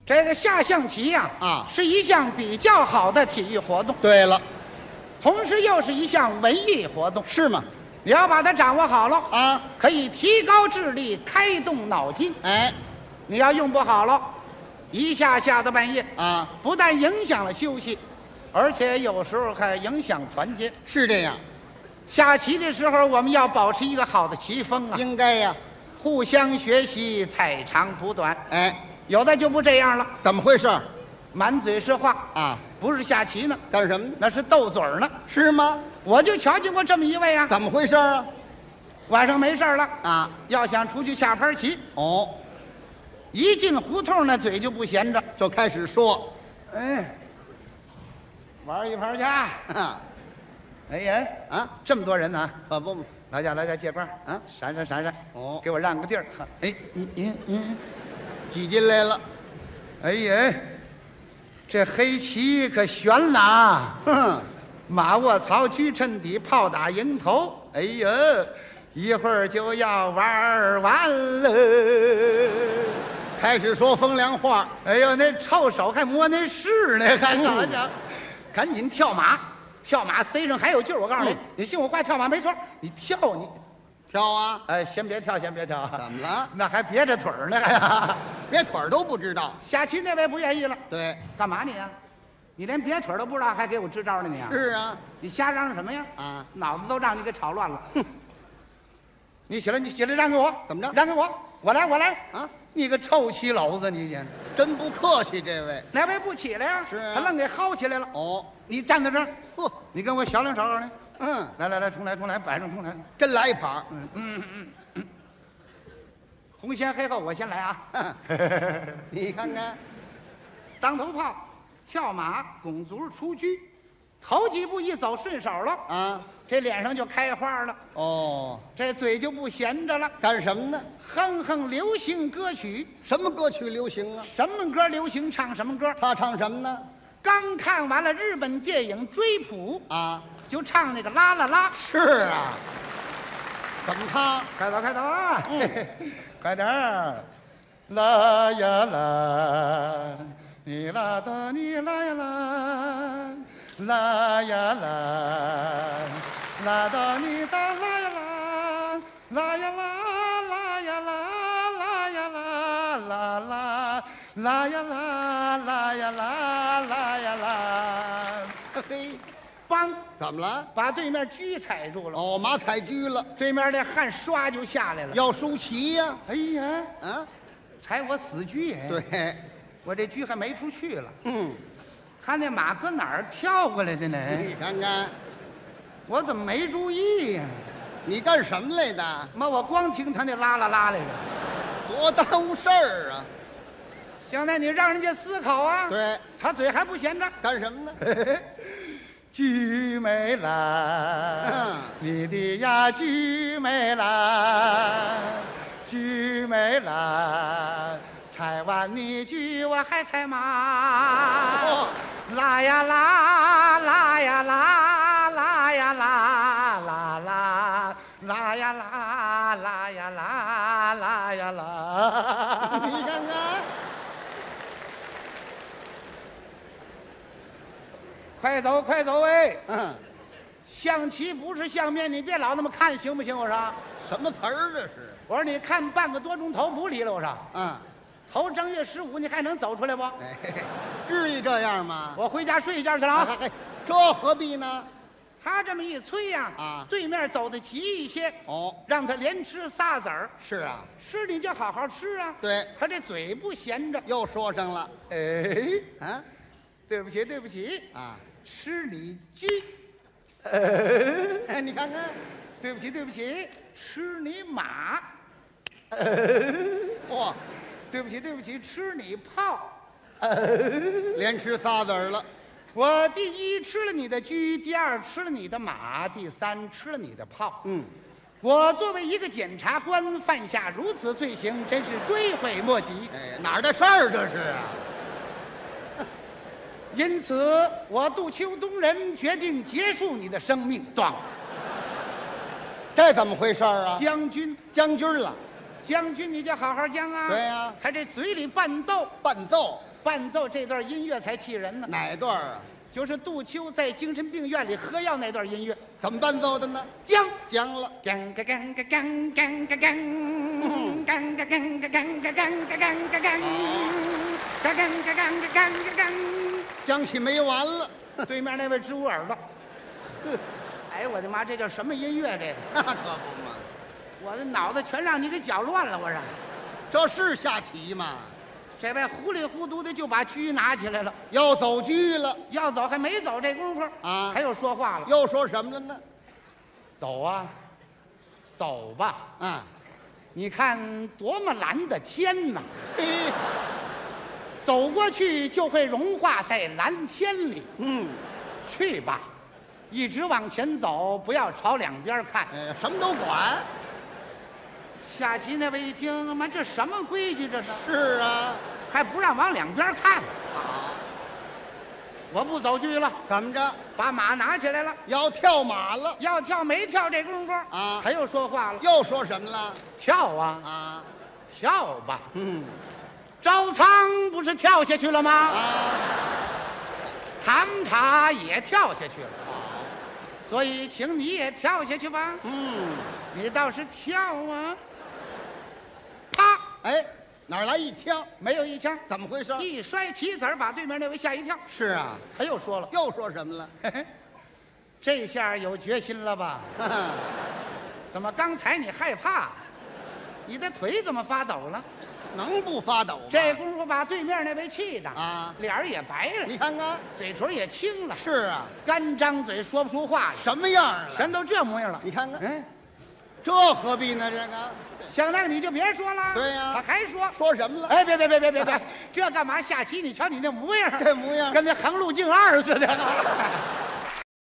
这个下象棋呀，是一项比较好的体育活动。 对了， 同时又是一项文艺活动。 是吗？ 你要把它掌握好了啊， 可以提高智力，开动脑筋。 哎， 你要用不好了，一下下到半夜啊， 不但影响了休息，而且有时候还影响团结。 是这样。 下棋的时候，我们要保持一个好的棋风啊， 应该呀。 互相学习，踩长补短。 哎， 有的就不这样了， 怎么回事？ 满嘴是话啊， 不是下棋呢， 干什么呢？ 那是斗嘴儿呢。 是吗？ 我就瞧见过这么一位啊。 怎么回事啊？ 晚上没事了啊， 要想出去下盘棋， 哦， 一进胡同那嘴就不闲着， 就开始说， 哎，玩一盘去。哎呀， 啊， 这么多人呢， 可不嘛。 来家借光啊， 闪闪闪闪， 哦， 给我让个地儿。哎， 挤进来了。 哎呀，这黑棋可悬了啊！ 哼， 马卧槽，车趁底，炮打营头。哎呀，一会儿就要玩完了。 开始说风凉话。 哎呦，那臭手还摸那势呢，还好家伙！赶紧跳马，跳马塞上还有劲儿。我告诉你，你信我话，跳马没错。你跳你。 跳啊！ 哎，先别跳，先别跳。 怎么了？ 那还别着腿儿呢，还别腿儿都不知道。 下棋那位不愿意了。 对， 干嘛你呀？你连别腿儿都不知道，还给我支招呢你啊？ 是啊。 你瞎嚷嚷什么呀？ 啊， 脑子都让你给吵乱了。哼！你起来，你起来，让给我。 怎么着？ 让给我，我来，我来。 啊！ 你个臭棋篓子，你简直真不客气，这位。 哪位不起来呀？ 是啊， 他愣给薅起来了。 哦， 你站在这儿， 呵， 你跟我小两手呢。 嗯， 来，重来，摆上重来。 真来一盘。 红先黑后，我先来啊！ 你看看， 当头炮，跳马，拱足，出车，头几步一走顺手了啊， 这脸上就开花了。 哦， 这嘴就不闲着了， 干什么呢？ 哼哼流行歌曲。 什么歌曲流行啊？ 什么歌流行唱什么歌。 他唱什么呢？ 刚看完了日本电影《追捕》 啊， 就唱那个啦啦啦。 是啊，怎么唱？ 开走啊！快点儿，啦呀啦，你啦的你啦呀啦，啦呀啦，啦的你的啦呀啦，啦呀啦，啦呀啦，啦呀啦，啦啦，啦呀啦，啦呀啦，啦呀啦，嘿，梆！ 怎么了？ 把对面车踩住了。 哦，马踩车了， 对面那汗唰就下来了。 要输棋呀！ 哎呀， 啊， 踩我死车哎！ 对， 我这车还没出去了。 嗯， 他那马搁哪儿跳过来的呢？ 你看看， 我怎么没注意呀？ 你干什么来的？ 妈，我光听他那啦啦啦来着。 多耽误事儿啊！ 行，那你让人家思考啊。 对， 他嘴还不闲着。 干什么呢？ 菊美兰，你的呀菊美兰，菊美兰，踩完你菊我还踩马，啦呀啦，啦呀啦，啦呀啦，啦啦，啦呀啦，啦呀啦，啦呀啦， 你看看。 快走哎！ 嗯， 象棋不是相面，你别老那么看，行不行？我说， 什么词儿这是？ 我说你看半个多钟头不离了。我说， 嗯， 头正月15你还能走出来不？ 哎，至于这样吗？ 我回家睡一觉去了啊！ 这何必呢？ 他这么一催呀，对面走得急一些， 哦， 让他连吃仨子儿。 是啊， 吃你就好好吃啊。 对， 他这嘴不闲着， 又说上了。 哎， 啊， 对不起啊， 吃你车。 哎，你看看， 对不起，吃你马。 哇， 对不起，吃你炮。 连吃仨子儿了。 我第一吃了你的车，第二吃了你的马，第三吃了你的炮。 嗯， 我作为一个检察官犯下如此罪行，真是追悔莫及。 哎，哪儿的事儿这是啊？ 因此，我杜秋东人决定结束你的生命。咣！ 这怎么回事啊？ 将军将军了。 将军，你就好好将啊！ 对呀， 他这嘴里伴奏， 伴奏， 伴奏这段音乐才气人呢。 哪段啊？ 就是杜秋在精神病院里喝药那段音乐， 怎么伴奏的呢？ 将僵了。 gang gang gang gang gang gang gang gang gang gang gang gang gang gang gang， 僵起没完了。 对面那位支吾耳朵， 哼， 哎我的妈，这叫什么音乐？这个那可不嘛， 我的脑子全让你给搅乱了。我说， 这是下棋吗？ 这位糊里糊涂的就把车拿起来了， 要走车了要走还没走这功夫啊他又说话了， 又说什么了呢？ 走啊，走吧， 啊， 你看多么蓝的天呐！ 嘿， 走过去就会融化在蓝天里。去吧，一直往前走，不要朝两边看。 什么都管。 下棋那位一听，妈这什么规矩？这是是啊， 还不让往两边看？ 好， 我不走车了， 怎么着？ 把马拿起来了， 要跳马了要跳没跳这功夫啊他又说话了， 又说什么了？ 跳啊， 啊， 跳吧。赵仓不是跳下去了吗？ 啊， 唐塔也跳下去了，所以请你也跳下去吧。你倒是跳啊！啪， 哎，哪儿来一枪？ 没有一枪， 怎么回事？ 一摔棋子儿把对面那位吓一跳。 是啊， 他又说了， 又说什么了？ 嘿嘿，这下有决心了吧？怎么刚才你害怕？你的腿怎么发抖了？ 能不发抖吗？ 这功夫把对面那位气的啊脸儿也白了， 你看看， 嘴唇也青了， 是啊， 干张嘴说不出话来， 什么样了？ 全都这模样了。 你看看， 嗯， 这何必呢？这个想那你就别说了。 对呀他还说。 说什么了？ 哎，别，这干嘛下棋？你瞧你那模样， 这模样跟那横路径2似的。